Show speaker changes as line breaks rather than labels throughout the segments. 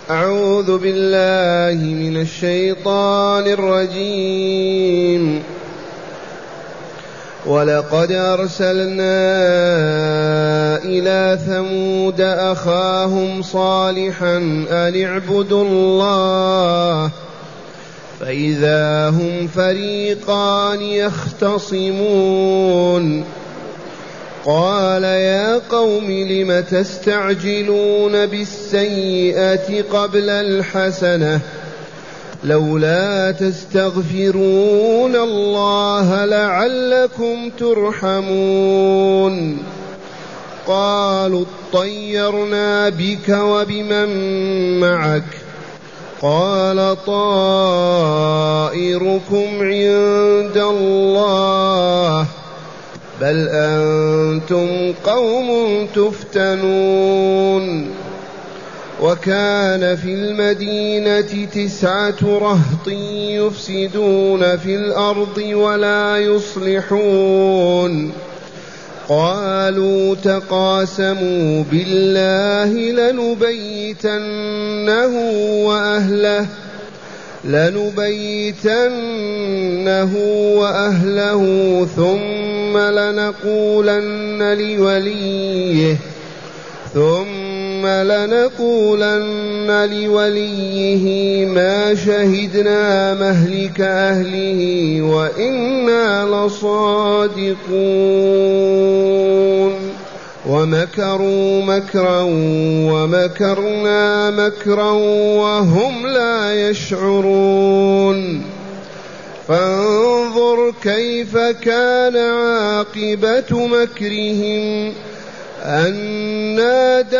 أعوذ بالله من الشيطان الرجيم. ولقد أرسلنا إلى ثمود أخاهم صالحا أن اعبدوا الله فإذا هم فريقان يختصمون. قال يا قوم لم تستعجلون بالسيئة قبل الحسنة لولا تستغفرون الله لعلكم ترحمون. قالوا اطيرنا بك وبمن معك قال طائركم عند الله بل أنتم قوم تفتنون. وكان في المدينة 9 رهط يفسدون في الأرض ولا يصلحون. قالوا تقاسموا بالله لنبيتنه وأهله ثم لنقولن لوليه ما شهدنا مهلك أهله وإنا لصادقون. ومكروا مكرا ومكرنا مكرا وهم لا يشعرون. فانظر كيف كان عاقبة مكرهم أنا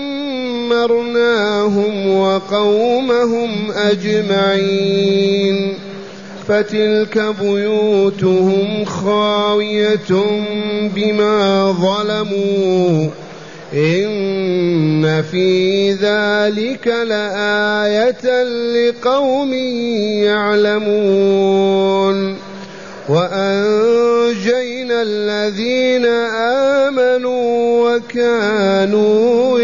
دمرناهم وقومهم أجمعين. فتلك بيوتهم خاوية بما ظلموا إن في ذلك لآية لقوم يعلمون. وأنجينا الذين آمنوا وكانوا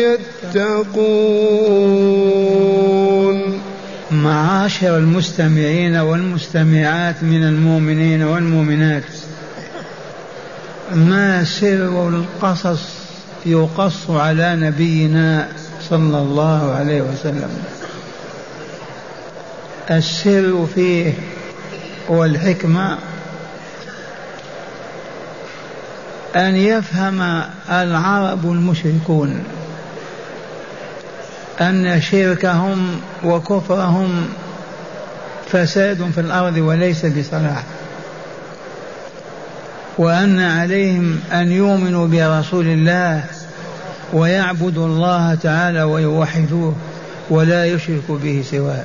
يتقون.
معاشر المستمعين والمستمعات من المؤمنين والمؤمنات، ما سر القصص يقص على نبينا صلى الله عليه وسلم؟ السر فيه والحكمة أن يفهم العرب المشركون أن شركهم وكفرهم فساد في الأرض وليس بصلاح، وأن عليهم أن يؤمنوا برسول الله ويعبدوا الله تعالى ويوحدوه ولا يشركوا به سواه.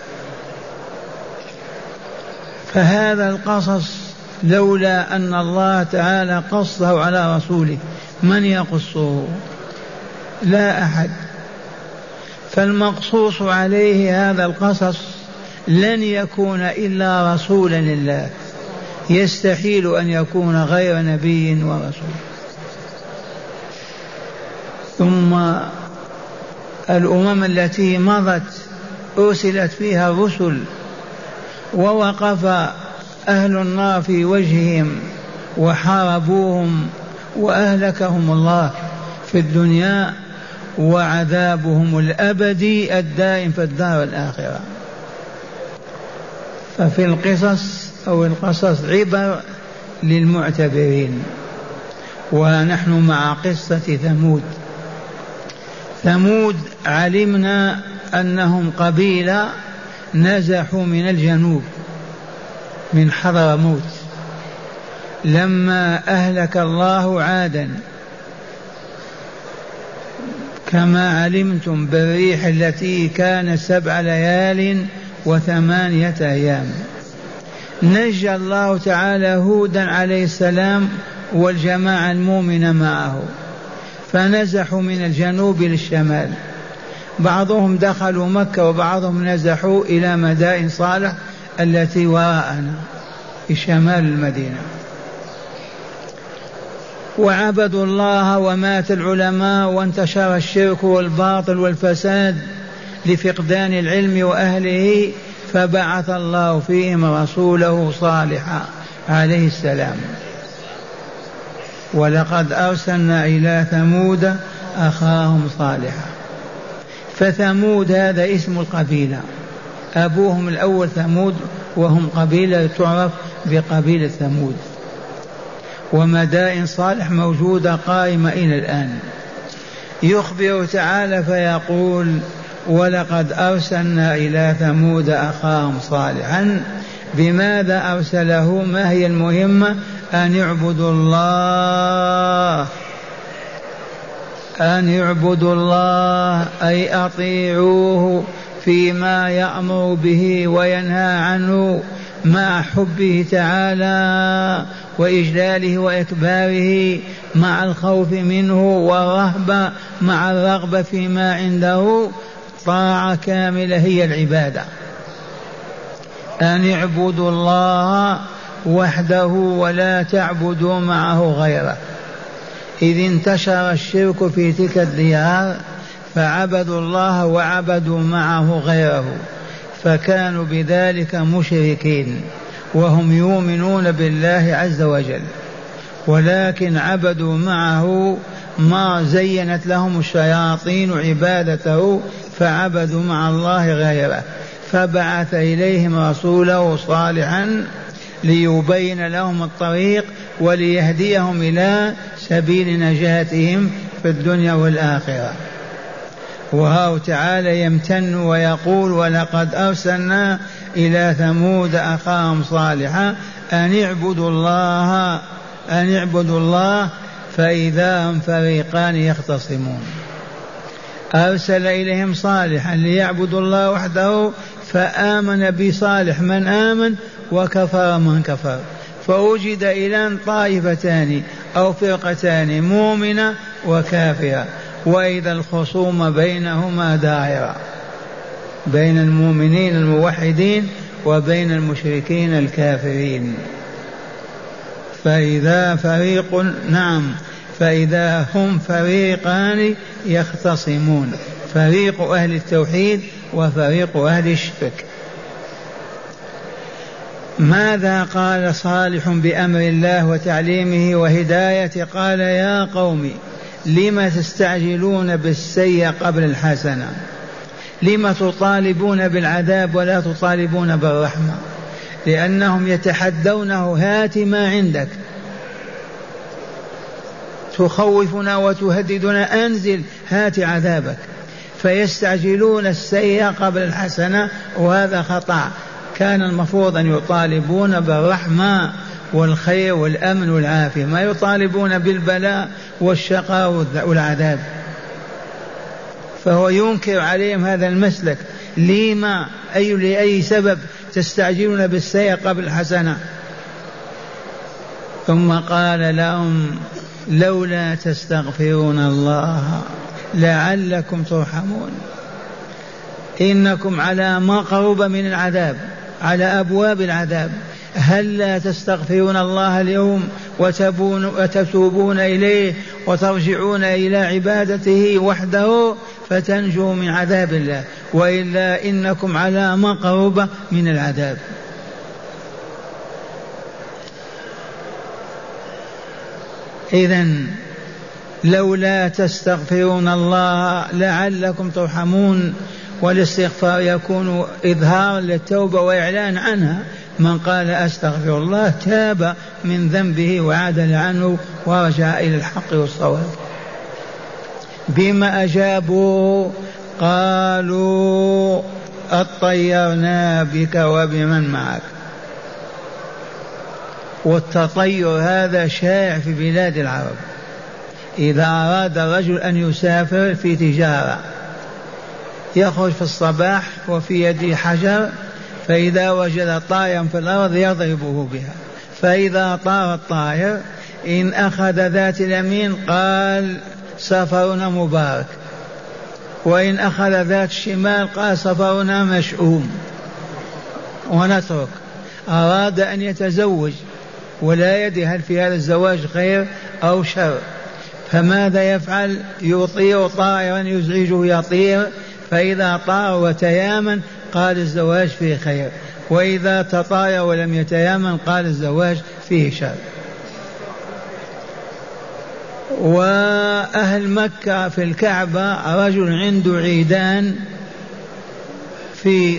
فهذا القصص لولا أن الله تعالى قصه على رسوله من يقصه؟ لا أحد. فالمقصوص عليه هذا القصص لن يكون إلا رسولا لله، يستحيل أن يكون غير نبي ورسول. ثم الأمم التي مضت أرسلت فيها الرسل ووقف أهل النار في وجههم وحاربوهم وأهلكهم الله في الدنيا، وعذابهم الأبدي الدائم في الدار الآخرة. ففي القصص عبر للمعتبرين. ونحن مع قصة ثمود علمنا أنهم قبيلة نزحوا من الجنوب من حضرموت لما أهلك الله عادا، كما علمتم بالريح التي كانت 7 ليال و8 أيام. نجى الله تعالى هودا عليه السلام والجماعة المؤمنة معه، فنزحوا من الجنوب للشمال. بعضهم دخلوا مكة وبعضهم نزحوا إلى مدائن صالح التي وراءنا في شمال المدينة. وعبدوا الله ومات العلماء وانتشر الشرك والباطل والفساد لفقدان العلم وأهله، فبعث الله فيهم رسوله صالحا عليه السلام. ولقد أرسلنا إلى ثمود أخاهم صالحا. فثمود هذا اسم القبيلة، أبوهم الأول ثمود، وهم قبيلة تعرف بقبيلة ثمود. ومدائن صالح موجودة قائمة إلى الآن. يخبر تعالى فيقول ولقد أرسلنا إلى ثمود أخاهم صالحا. بماذا أرسله؟ ما هي المهمة؟ أن يعبدوا الله، أن يعبدوا الله أي أطيعوه فيما يأمر به وينهى عنه، مع حبه تعالى وإجلاله وإكباره، مع الخوف منه والرهبة مع الرغبة فيما عنده. طاعة كاملة هي العبادة، أن يعبدوا الله وحده ولا تعبدوا معه غيره. إذ انتشر الشرك في تلك الديار فعبدوا الله وعبدوا معه غيره، فكانوا بذلك مشركين وهم يؤمنون بالله عز وجل، ولكن عبدوا معه ما زينت لهم الشياطين عبادته، فعبدوا مع الله غيره. فبعث إليهم رسوله صالحا ليبين لهم الطريق وليهديهم إلى سبيل نجاتهم في الدنيا والآخرة. وهو تعالى يمتن ويقول ولقد أرسلنا إلى ثمود أخاهم صالحا أن يعبدوا الله، أن يعبدوا الله، فإذا هم فريقان يختصمون. أرسل إليهم صالحا ليعبدوا الله وحده، فآمن بصالح من آمن وكفر من كفر، فوجد إلى طائفتان أو فرقتان، مؤمنة وكافرة، وإذا الخصوم بينهما دائرة، بين المؤمنين الموحدين وبين المشركين الكافرين. فإذا فريق فإذا هم فريقان يختصمون، فريق أهل التوحيد وفريق أهل الشرك. ماذا قال صالح بأمر الله وتعليمه وهدايته؟ قال يا قوم لم تستعجلون بالسيئة قبل الحسنة، لم تطالبون بالعذاب ولا تطالبون بالرحمة؟ لأنهم يتحدونه هات ما عندك، تخوفنا وتهددنا أنزل هات عذابك، فيستعجلون السيئة قبل الحسنة، وهذا خطأ. كان المفروض أن يطالبون بالرحمة والخير والأمن والعافية، ما يطالبون بالبلاء والشقاء والعذاب. فهو ينكر عليهم هذا المسلك. لما لأي سبب تستعجلون بالسيئة قبل الحسنة؟ ثم قال لهم لولا تستغفرون الله لعلكم ترحمون. إنكم على مقرب من العذاب، على أبواب العذاب، هل لا تستغفرون الله اليوم وتتوبون إليه وترجعون إلى عبادته وحده فتنجوا من عذاب الله، وإلا إنكم على مقرب من العذاب. إذن لولا تستغفرون الله لعلكم ترحمون، والاستغفار يكون إظهار للتوبة وإعلان عنها. من قال أستغفر الله تاب من ذنبه وعدل عنه ورجع إلى الحق والصواب. بما أجابوا؟ قالوا اطيرنا بك وبمن معك. والتطير هذا شائع في بلاد العرب. إذا أراد الرجل أن يسافر في تجارة يخرج في الصباح وفي يده حجر، فإذا وجد طائرا في الأرض يضربه بها، فإذا طار الطائر إن أخذ ذات اليمين قال سفرنا مبارك، وإن أخذ ذات الشمال قال سفرنا مشؤوم، ونترك. أراد أن يتزوج ولا يدري هل في هذا الزواج خير أو شر، فماذا يفعل؟ يطير طائرا يزعجه يطير، فإذا طار وتيامن قال الزواج فيه خير، وإذا تطاير ولم يتيامن قال الزواج فيه شر. وأهل مكة في الكعبة رجل عنده عيدان في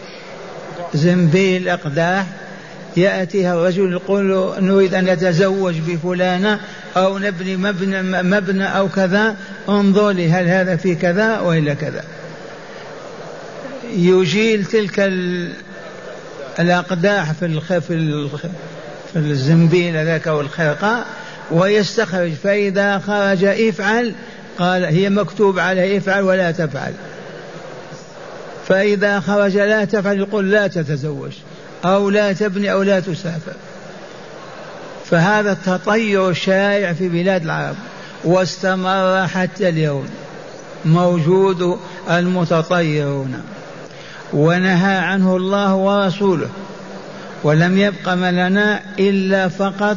زنبيل أقداح، يأتيها الرجل يقول له نريد أن نتزوج بفلانة أو نبني مبنى أو كذا، انظر لي هل هذا في كذا وإلا كذا. يجيل تلك الأقداح في الزنبيل ذاك والخرقة ويستخرج، فإذا خرج افعل قال هي مكتوب عليه افعل ولا تفعل، فإذا خرج لا تفعل يقول لا تتزوج أو لا تبني أو لا تسافر. فهذا التطير شائع في بلاد العرب واستمر حتى اليوم، موجود المتطيرون، ونهى عنه الله ورسوله. ولم يبق لنا إلا فقط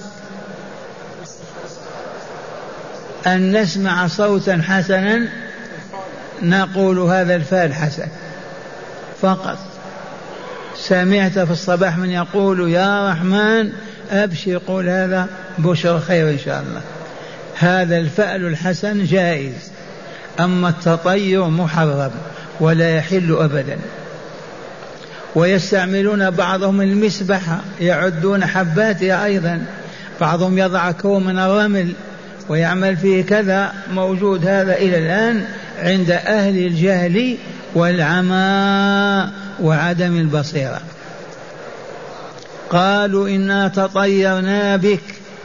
أن نسمع صوتا حسنا نقول هذا الفال حسن فقط. سمعت في الصباح من يقول يا رحمن أبشر، قول هذا بشر خير إن شاء الله. هذا الفأل الحسن جائز، أما التطير محرم ولا يحل أبدا. ويستعملون بعضهم المسبحة يعدون حباتها أيضا، بعضهم يضع كوم من الرمل ويعمل فيه كذا، موجود هذا إلى الآن عند أهل الجهل والعمى وعدم البصيرة. قالوا إنا تطيرنا بك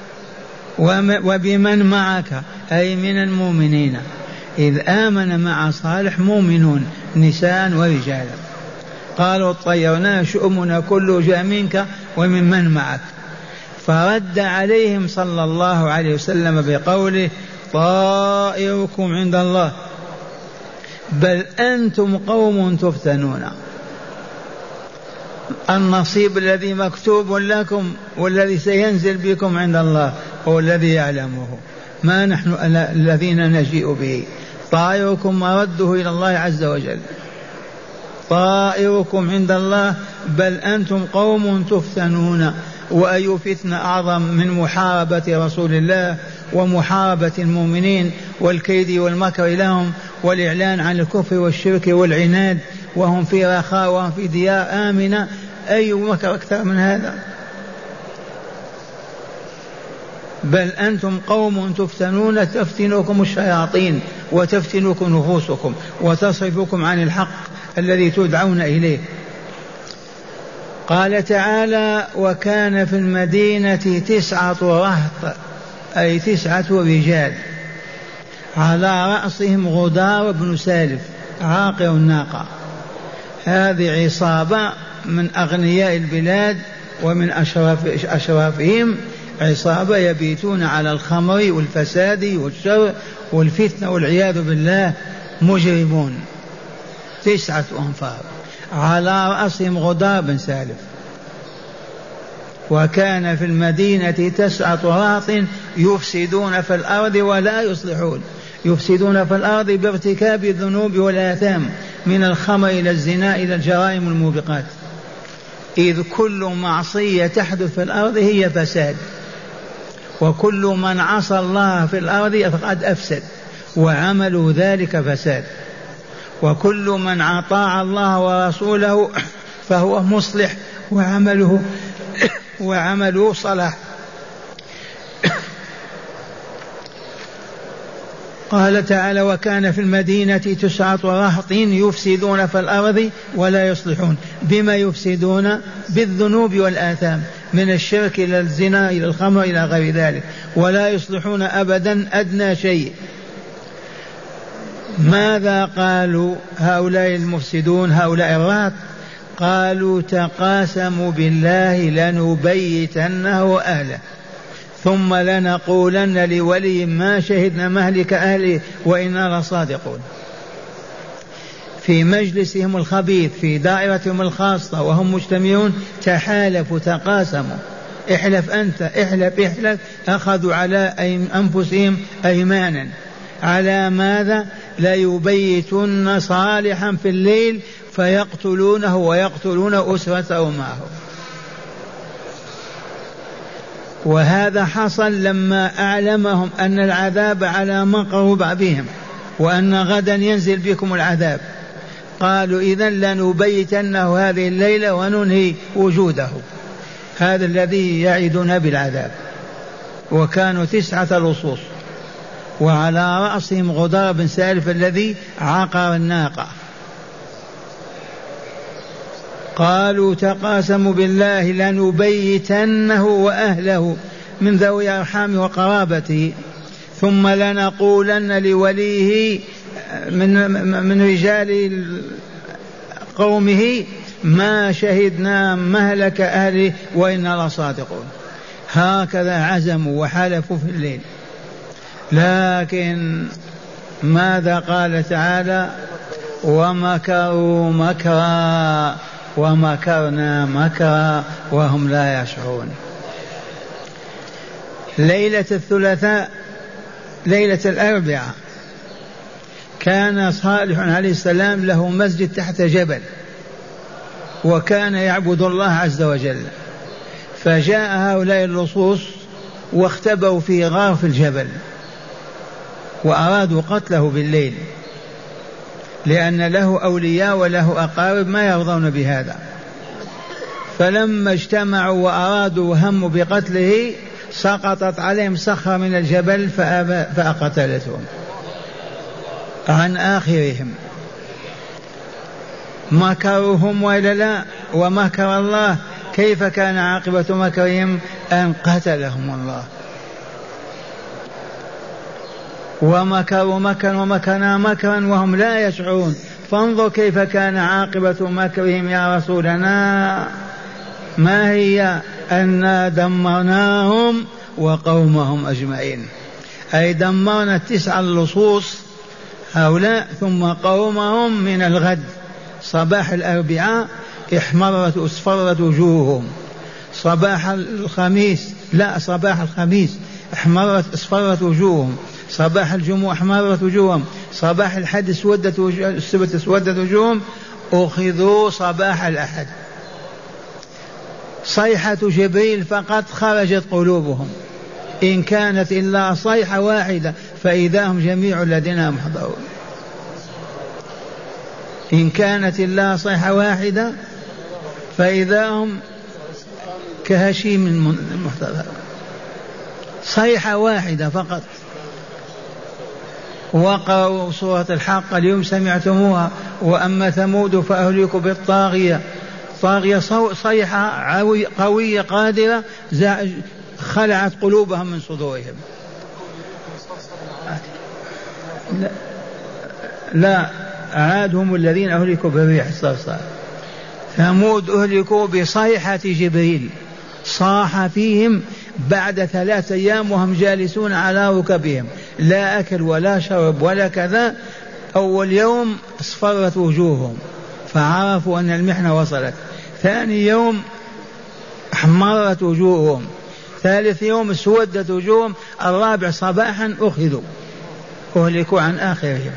وبمن معك، أي من المؤمنين، إذ آمن مع صالح مؤمنون نساء ورجالا. قالوا طيرنا شؤمنا كله جاء منك وممن معك. فرد عليهم صلى الله عليه وسلم بقوله طائركم عند الله بل أنتم قوم تفتنون. النصيب الذي مكتوب لكم والذي سينزل بكم عند الله هو الذي يعلمه، ما نحن الذين نجيء به. طائركم مرده إلى الله عز وجل، طائركم عند الله بل أنتم قوم تفتنون. وأي فتنة أعظم من محاربة رسول الله ومحاربة المؤمنين والكيد والمكر لهم والإعلان عن الكفر والشرك والعناد وهم في رخاء وهم في ديار آمنة؟ أي مكر أكثر من هذا؟ بل أنتم قوم تفتنون، تفتنكم الشياطين وتفتنكم نفوسكم وتصرفكم عن الحق الذي تدعون إليه. قال تعالى وكان في المدينة 9 رهط، أي 9 رجال، على رأسهم غدار بن سالف عاقر الناقة. هذه عصابة من أغنياء البلاد ومن أشرافهم، عصابة يبيتون على الخمر والفساد والشر والفتنة والعياذ بالله، مجرمون 9 أنفار على رأسهم غدار بن سالف. وكان في المدينة 9 رهط يفسدون في الأرض ولا يصلحون، يفسدون في الأرض بارتكاب الذنوب والآثام من الخمر إلى الزنا إلى الجرائم الموبقات، إذ كل معصية تحدث في الأرض هي فساد، وكل من عصى الله في الأرض فقد أفسد وعمل ذلك فساد، وكل من أطاع الله ورسوله فهو مصلح وعمله صلاح. قال تعالى وكان في المدينة 9 رهط يفسدون في الأرض ولا يصلحون. بما يفسدون؟ بالذنوب والآثام، من الشرك إلى الزنا إلى الخمر إلى غير ذلك، ولا يصلحون أبدا أدنى شيء. ماذا قالوا هؤلاء المفسدون هؤلاء الرهط؟ قالوا تقاسموا بالله لنبيتنه أهله ثم لنقولن لولي ما شهدنا مهلك أهله وإنا لصادقون. في مجلسهم الخبيث في دائرتهم الخاصة وهم مجتمعون تحالفوا تقاسموا، احلف أنت احلف، أخذوا على أنفسهم أيمانا على ماذا؟ ليبيتن صالحا في الليل فيقتلونه ويقتلون أسرته معه. وهذا حصل لما أعلمهم أن العذاب على من قرب بهم وأن غدا ينزل بكم العذاب، قالوا إذن لنبيتنه هذه الليلة وننهي وجوده. هذا الذي يعدنا بالعذاب. وكانوا 9 لصوص، وعلى رأسهم غدار بن سالف الذي عقر الناقة. قالوا تقاسموا بالله لنبيتنه وأهله من ذوي أرحامه وقرابته ثم لنقولن لوليه من رجال قومه ما شهدنا مهلك أهله وإنا لصادقون. هكذا عزموا وحلفوا في الليل. لكن ماذا قال تعالى؟ ومكروا مكرا ومكرنا مكرا وهم لا يشعرون. ليلة الثلاثاء ليلة الأربعاء كان صالح عليه السلام له مسجد تحت جبل وكان يعبد الله عز وجل، فجاء هؤلاء اللصوص واختبوا في غار في الجبل وأرادوا قتله بالليل، لأن له أولياء وله أقارب ما يرضون بهذا. فلما اجتمعوا وأرادوا وهموا بقتله سقطت عليهم صخرة من الجبل فقتلتهم عن آخرهم. مكرهم وإلا لا؟ ومكر الله. كيف كان عاقبة مكرهم؟ أن قتلهم الله. ومكروا مكرا ومكرنا مكرا وهم لا يشعرون. فانظر كيف كان عاقبة مكرهم يا رسولنا. ما هي؟ أنا دمرناهم وقومهم أجمعين، أي دمرنا 9 اللصوص هؤلاء ثم قومهم من الغد. صباح الأربعاء احمرت أصفرت وجوههم، صباح الخميس احمرت أصفرت وجوههم، صباح الجمعة احمرت وجوههم، صباح الحد السبت اسودت وجوههم، أخذوا صباح الأحد. صيحة جبريل فقط خرجت قلوبهم، إن كانت إلا صيحة واحدة فإذا هم جميع الذين محضرون. إن كانت إلا صيحة واحدة فإذا هم كهشيم محضر. صيحة واحدة فقط. وقرأوا سورة الحق اليوم سمعتموها. وأما ثمود فأهلكوا بالطاغية. طاغية صيحة قوية قادرة خلعت قلوبهم من صدورهم. لا عاد هم الذين أهلكوا بالريح الصرصار. ثمود أهلكوا بصيحة جبريل صاح فيهم بعد 3 أيام وهم جالسون على ركبهم، لا أكل ولا شرب ولا كذا. أول يوم اصفرت وجوههم فعرفوا أن المحنة وصلت، ثاني يوم احمرت وجوههم، ثالث يوم اسودت وجوههم، الرابع صباحا أهلكوا عن آخرهم.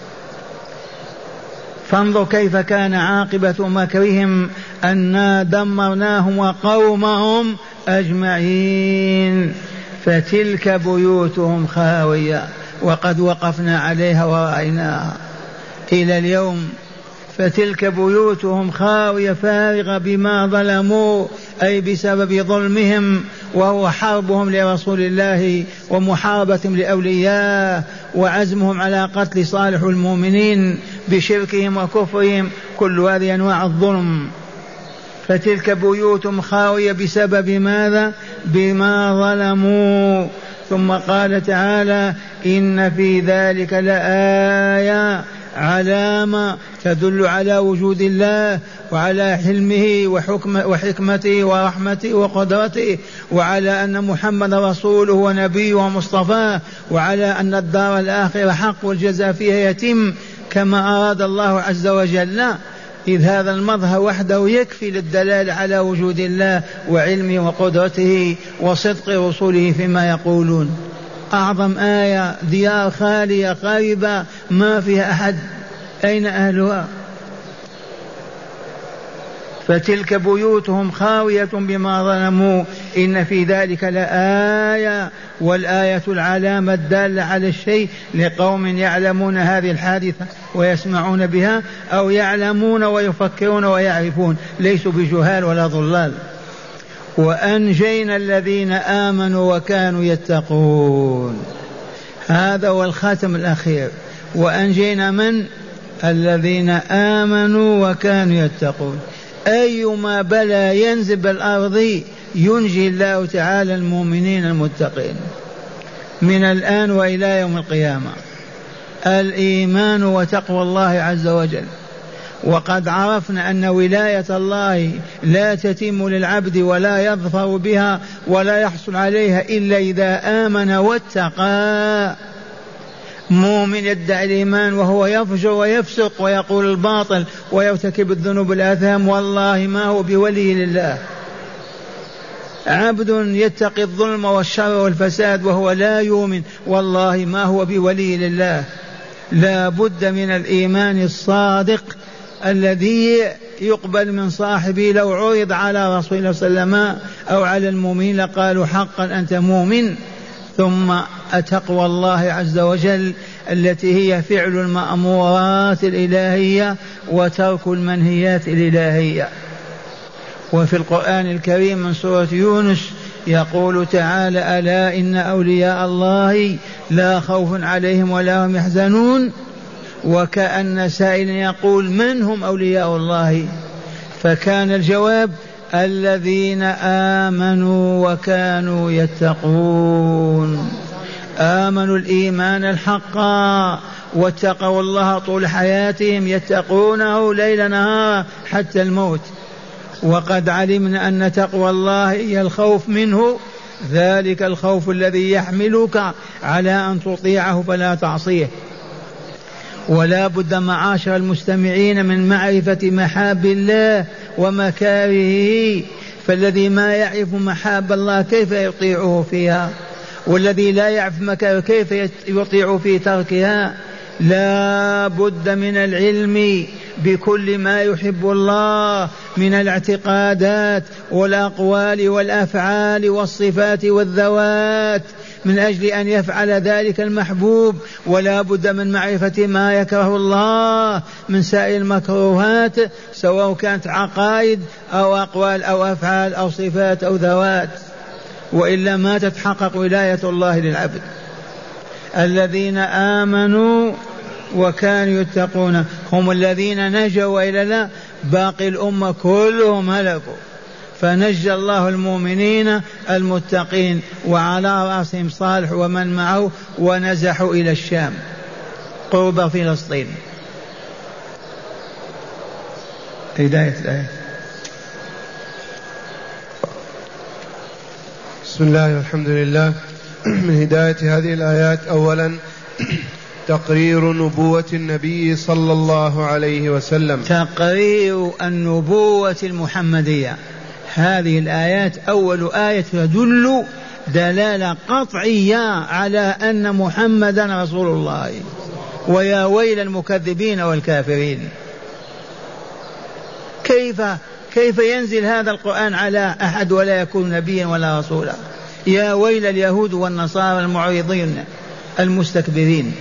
فانظر كيف كان عاقبة مكرهم أنا دمرناهم وقومهم أجمعين. فتلك بيوتهم خاوية وقد وقفنا عليها ورأيناها إلى اليوم. فتلك بيوتهم خاوية فارغة بما ظلموا، أي بسبب ظلمهم وهو حربهم لرسول الله ومحاربتهم لأولياء وعزمهم على قتل صالح المؤمنين بشركهم وكفرهم، كل هذه أنواع الظلم. فتلك بيوتهم خاوية بسبب ماذا؟ بما ظلموا. ثم قال تعالى إن في ذلك لآية، علامة تدل على وجود الله وعلى حلمه وحكمته ورحمته وقدرته، وعلى أن محمد رسوله ونبيه ومصطفاه، وعلى أن الدار الآخرة حق والجزاء فيها يتم كما أراد الله عز وجل. إذ هذا المظهر وحده يكفي للدلالة على وجود الله وعلمه وقدرته وصدق رسوله فيما يقولون. أعظم آية، ديار خالية خاربة ما فيها أحد، أين أهلها؟ فتلك بيوتهم خاوية بما ظلموا إن في ذلك لآية، والآية العلامة الدالة على الشيء لقوم يعلمون هذه الحادثة ويسمعون بها، أو يعلمون ويفكرون ويعرفون، ليسوا بجهال ولا ضلال. وأنجينا الذين آمنوا وكانوا يتقون، هذا هو الخاتم الأخير. وأنجينا من؟ الذين آمنوا وكانوا يتقون. أيما بلا ينزل بالأرض ينجي الله تعالى المؤمنين المتقين من الآن وإلى يوم القيامة. الإيمان وتقوى الله عز وجل. وقد عرفنا أن ولاية الله لا تتم للعبد ولا يظفر بها ولا يحصل عليها إلا إذا آمن واتقى. مؤمن يدعي الإيمان وهو يفجر ويفسق ويقول الباطل ويرتكب الذنوب الآثام، والله ما هو بولي لله. عبد يتقي الظلم والشر والفساد وهو لا يؤمن، والله ما هو بولي لله. لا بد من الإيمان الصادق الذي يقبل من صاحبه. لو عرض على رسول الله صلى الله عليه وسلم أو على المؤمنين لقالوا حقا أنت مؤمن. ثم تقوى الله عز وجل التي هي فعل المأمورات الإلهية وترك المنهيات الإلهية. وفي القرآن الكريم من سورة يونس يقول تعالى: ألا إن أولياء الله لا خوف عليهم ولا هم يحزنون. وكأن سائلا يقول: من هم أولياء الله؟ فكان الجواب: الذين آمنوا وكانوا يتقون. آمنوا الإيمان الحق واتقوا الله طول حياتهم، يتقونه ليل نهار حتى الموت. وقد علمنا أن تقوى الله هي الخوف منه، ذلك الخوف الذي يحملك على أن تطيعه فلا تعصيه. ولا بد معاشر المستمعين من معرفة محاب الله ومكارهه، فالذي ما يعرف محاب الله كيف يطيعه فيها، والذي لا يعرف مكاره كيف يطيع في تركها. لا بد من العلم بكل ما يحب الله من الاعتقادات والأقوال والأفعال والصفات والذوات من أجل أن يفعل ذلك المحبوب. ولا بد من معرفة ما يكره الله من سائر المكروهات، سواء كانت عقائد أو أقوال أو أفعال أو صفات أو ذوات، وإلا ما تتحقق ولاية الله للعبد. الذين آمنوا وكانوا يتقون هم الذين نجوا، وإلا لا باقي الأمة كلهم هلكوا. فنجى الله المؤمنين المتقين، وعلى رأسهم صالح ومن معه، ونزحوا إلى الشام قرب فلسطين. هداية الآية.
بسم الله والحمد لله. من هداية هذه الآيات أولا تقرير نبوة النبي صلى الله عليه وسلم،
تقرير النبوة المحمدية. هذه الآيات أول آية تدل دلالة قطعية على أن محمدا رسول الله. ويا ويل المكذبين والكافرين، كيف ينزل هذا القرآن على أحد ولا يكون نبيا ولا رسولا؟ يا ويل اليهود والنصارى المعرضين المستكبرين.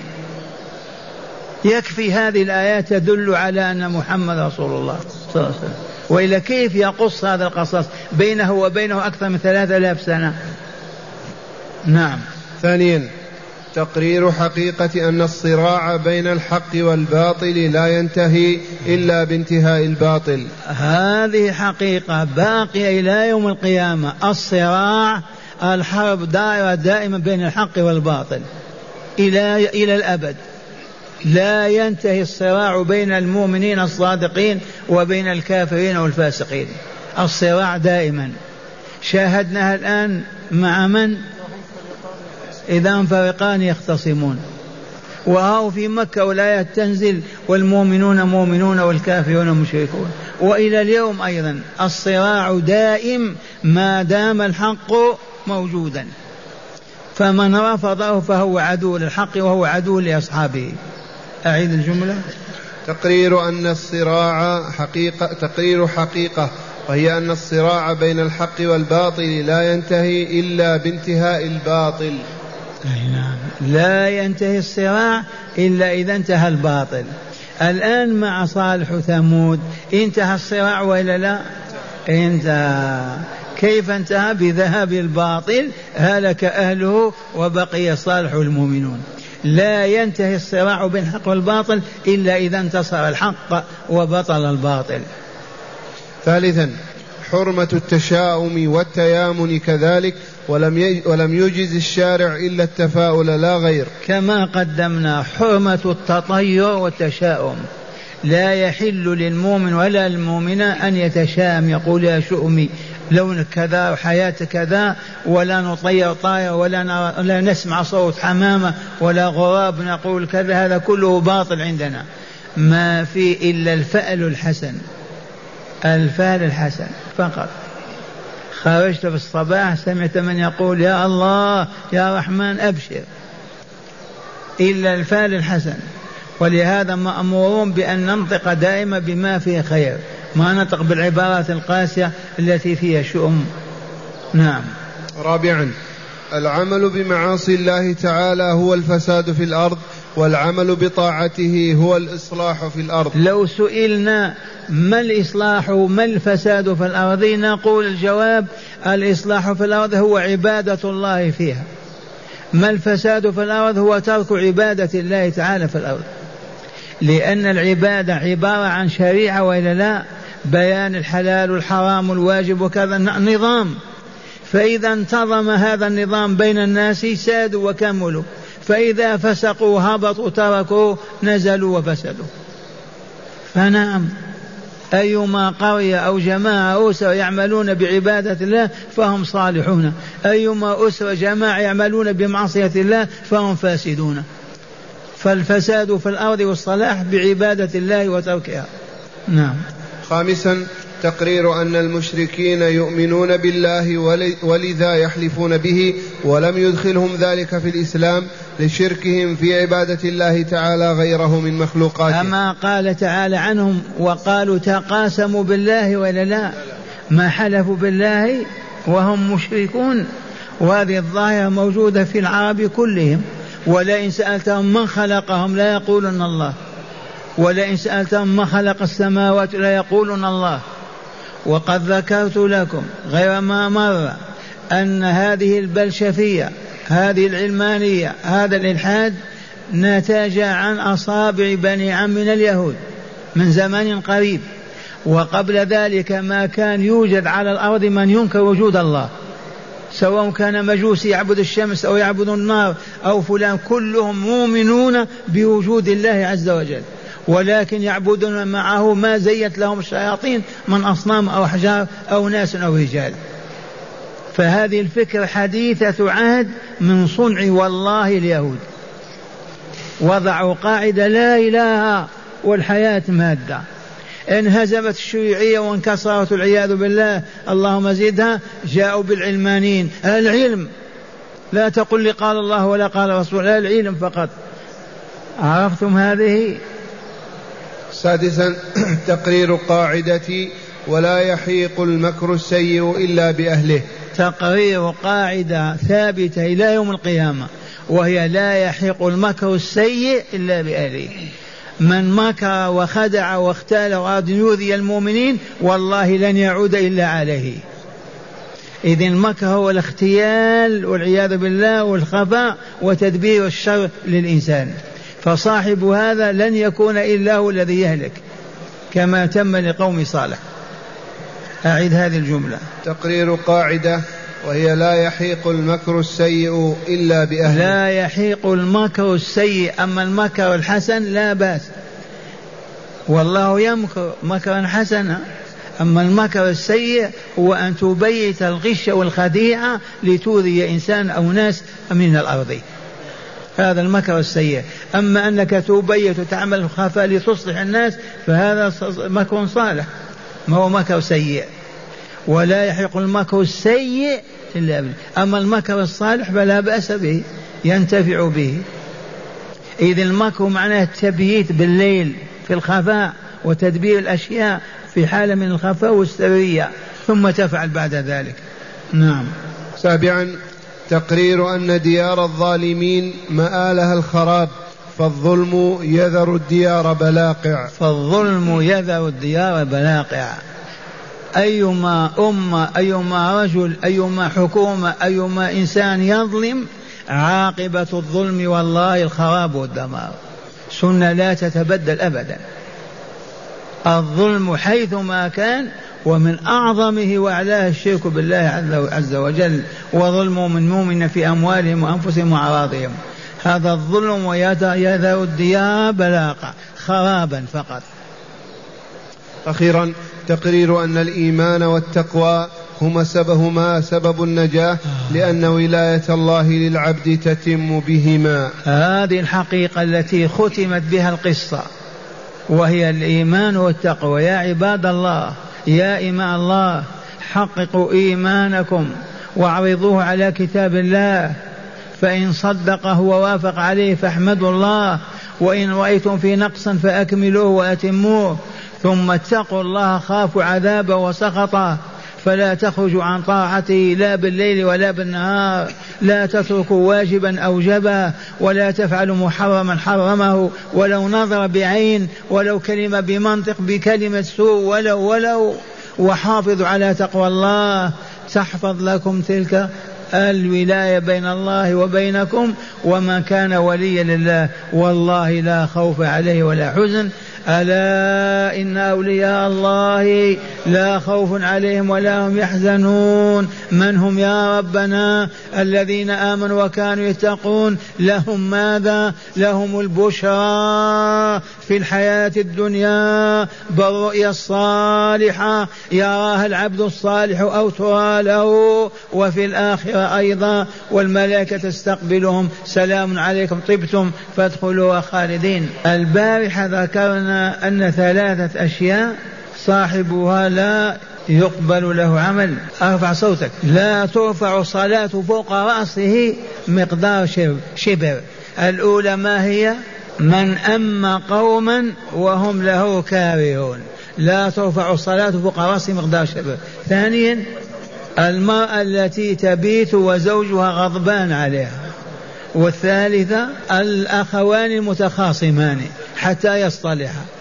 يكفي هذه الآيات تدل على أن محمد رسول الله صلى الله عليه وسلم، وإلا كيف يقص هذا القصص بينه وبينه أكثر من 3000 سنة؟ نعم.
ثانيا تقرير حقيقة أن الصراع بين الحق والباطل لا ينتهي إلا بانتهاء الباطل.
هذه حقيقة باقية إلى يوم القيامة. الصراع، الحرب دائرة دائما بين الحق والباطل إلى الأبد. لا ينتهي الصراع بين المؤمنين الصادقين وبين الكافرين والفاسقين. الصراع دائما. شاهدناها الآن مع من؟ إذا هم فريقان يختصمون، وهو في مكة والآيات تنزل والمؤمنون مؤمنون والكافرون مشركون. وإلى اليوم أيضا الصراع دائم ما دام الحق موجودا. فمن رفضه فهو عدو للحق وهو عدو لأصحابه. أعيد الجملة.
تقرير حقيقة وهي أن الصراع بين الحق والباطل لا ينتهي إلا بانتهاء الباطل.
نعم، لا ينتهي الصراع إلا إذا انتهى الباطل. الآن مع صالح وثمود انتهى الصراع وإلا لا؟ انتهى. كيف انتهى؟ بذهاب الباطل، هلك أهله وبقي صالح المؤمنون. لا ينتهي الصراع بين الحق والباطل إلا إذا انتصر الحق وبطل الباطل.
ثالثا حرمة التشاؤم والتيامن كذلك، ولم يجز الشارع إلا التفاؤل لا غير.
كما قدمنا حرمة التطير والتشاؤم، لا يحل للمؤمن ولا المؤمنة أن يتشاءم، يقول يا شؤمي لون كذا وحياة كذا، ولا نطير طائر ولا نسمع صوت حمامة ولا غراب نقول كذا، هذا كله باطل عندنا. ما في إلا الفأل الحسن، الفأل الحسن فقط. خرجت في الصباح سمعت من يقول يا الله يا رحمن أبشر، إلا الفأل الحسن. ولهذا مأمورون بأن ننطق دائما بما فيه خير، ما ننطق بالعبارات القاسية التي فيها شؤم. نعم.
رابعا العمل بمعاصي الله تعالى هو الفساد في الأرض، والعمل بطاعته هو الإصلاح في الأرض.
لو سئلنا ما الإصلاح ما الفساد في الأرض نقول الجواب الإصلاح في الأرض هو عبادة الله فيها، ما الفساد في الأرض هو ترك عبادة الله تعالى في الأرض، لأن العبادة عبارة عن شريعة وإلا لا، بيان الحلال والحرام والواجب وكذا نظام، فإذا انتظم هذا النظام بين الناس سادوا وكملوا، فإذا فسقوا هبطوا تركوا نزلوا وفسدوا. فنعم أيما قرية أو جماعة أو أسرة يعملون بعبادة الله فهم صالحون، أيما أسرة جماعة يعملون بمعصية الله فهم فاسدون. فالفساد في الأرض والصلاح بعبادة الله وتركها. نعم.
خامسا تقرير أن المشركين يؤمنون بالله ولذا يحلفون به، ولم يدخلهم ذلك في الإسلام لشركهم في عبادة الله تعالى غيره من مخلوقاته.
أما قال تعالى عنهم وقالوا تقاسموا بالله ولا لا، ما حلفوا بالله وهم مشركون، وهذه الظاهرة موجودة في العرب كلهم. ولئن سألتهم من خلقهم لا يقولون الله، ولئن سألتهم من خلق السماوات لا يقولون الله. وقد ذكرت لكم غير ما مر أن هذه البلشفية هذه العلمانية هذا الإلحاد نتج عن أصابع بني عمنا اليهود من زمان قريب، وقبل ذلك ما كان يوجد على الأرض من ينكر وجود الله، سواء كان مجوسي يعبد الشمس أو يعبد النار أو فلان، كلهم مؤمنون بوجود الله عز وجل، ولكن يعبدون معه ما زيت لهم الشياطين من أصنام أو أحجار أو ناس أو رجال. فهذه الفكرة حديثة عهد من صنع والله اليهود، وضعوا قاعدة لا إله والحياة مادة، انهزمت الشيوعية وانكسرت العياذ بالله اللهم زدها، جاءوا بالعلمانيين. العلم لا تقل لي قال الله ولا قال رسول، لا العلم فقط. عرفتم هذه؟
سادسا تقرير قاعدة ولا يحيق المكر السيء إلا بأهله،
تقرير قاعدة ثابتة إلى يوم القيامة، وهي لا يحيق المكر السيء إلا بأهله. من مكر وخدع واختال وأراد يؤذي المؤمنين والله لن يعود إلا عليه. إذن المكر هو الاختيال والعياذ بالله والخفاء وتدبير الشر للإنسان، فصاحب هذا لن يكون إلا هو الذي يهلك كما تم لقوم صالح. أعيد هذه الجملة.
تقرير قاعدة وهي لا يحيق المكر السيء إلا بأهله،
لا يحيق المكر السيء، أما المكر الحسن لا بأس، والله يمكر مكرا حسنا. أما المكر السيء هو أن تبيت الغش والخديعة لتؤذي إنسان أو ناس من الأرض، هذا المكر السيء. أما أنك تبيت وتعمل الخفاء لتصلح الناس فهذا مكر صالح، ما هو مكر سيء. ولا يحق المكر السيء إلا بالله. أما المكر الصالح فلا بأس به، ينتفع به. إذ المكر معناه التبييت بالليل في الخفاء وتدبير الأشياء في حالة من الخفاء والسرية ثم تفعل بعد ذلك. نعم.
7. تقرير أن ديار الظالمين مآلها الخراب، فالظلم يذر الديار بلاقع.
فالظلم يذر الديار بلاقع. أيما أمة، أيما رجل، أيما حكومة، أيما إنسان يظلم، عاقبة الظلم والله الخراب والدمار، سنة لا تتبدل أبدا. الظلم حيثما كان، ومن أعظمه وأعلاه الشرك بالله عز وجل، وظلم من مؤمن في أموالهم وأنفسهم وأعراضهم. هذا الظلم ويذر الديار بلاقع، خرابا فقط.
أخيرا تقرير أن الإيمان والتقوى هما سبب النجاة، لأن ولاية الله للعبد تتم بهما.
هذه الحقيقة التي ختمت بها القصة، وهي الإيمان والتقوى. يا عباد الله، يا إماء الله، حققوا إيمانكم واعرضوه على كتاب الله، فإن صدقه ووافق عليه فاحمدوا الله، وإن رأيتم في نقصا فأكملوه وأتموه، ثم اتقوا الله، خافوا عذابه وسخطه، فلا تخرجوا عن طاعته لا بالليل ولا بالنهار، لا تتركوا واجبا أوجبه، ولا تفعلوا محرما حرمه، ولو نظر بعين، ولو كلمة بمنطق، بكلمة سوء، ولو وحافظوا على تقوى الله تحفظ لكم تلك الولاية بين الله وبينكم. ومن كان وليا لله والله لا خوف عليه ولا حزن. ألا إن أولياء الله لا خوف عليهم ولا هم يحزنون. من هم يا ربنا؟ الذين آمنوا وكانوا يتقون، لهم ماذا؟ لهم البشرى في الحياة الدنيا بالرؤيا الصالحة يراها العبد الصالح أو ترى له، وفي الآخرة أيضا، والملائكة تستقبلهم سلام عليكم طبتم فادخلوها خالدين. البارحة ذكرنا أن 3 أشياء صاحبها لا يقبل له عمل. ارفع صوتك. لا ترفع صلاة فوق رأسه مقدار شبر. الأولى ما هي؟ من أما قوما وهم له كارهون، لا ترفع الصلاة فوق رأسه مقدار شبر. ثانيا المرأة التي تبيت وزوجها غضبان عليها. والثالثة الأخوان المتخاصمان حتى يصطلحا.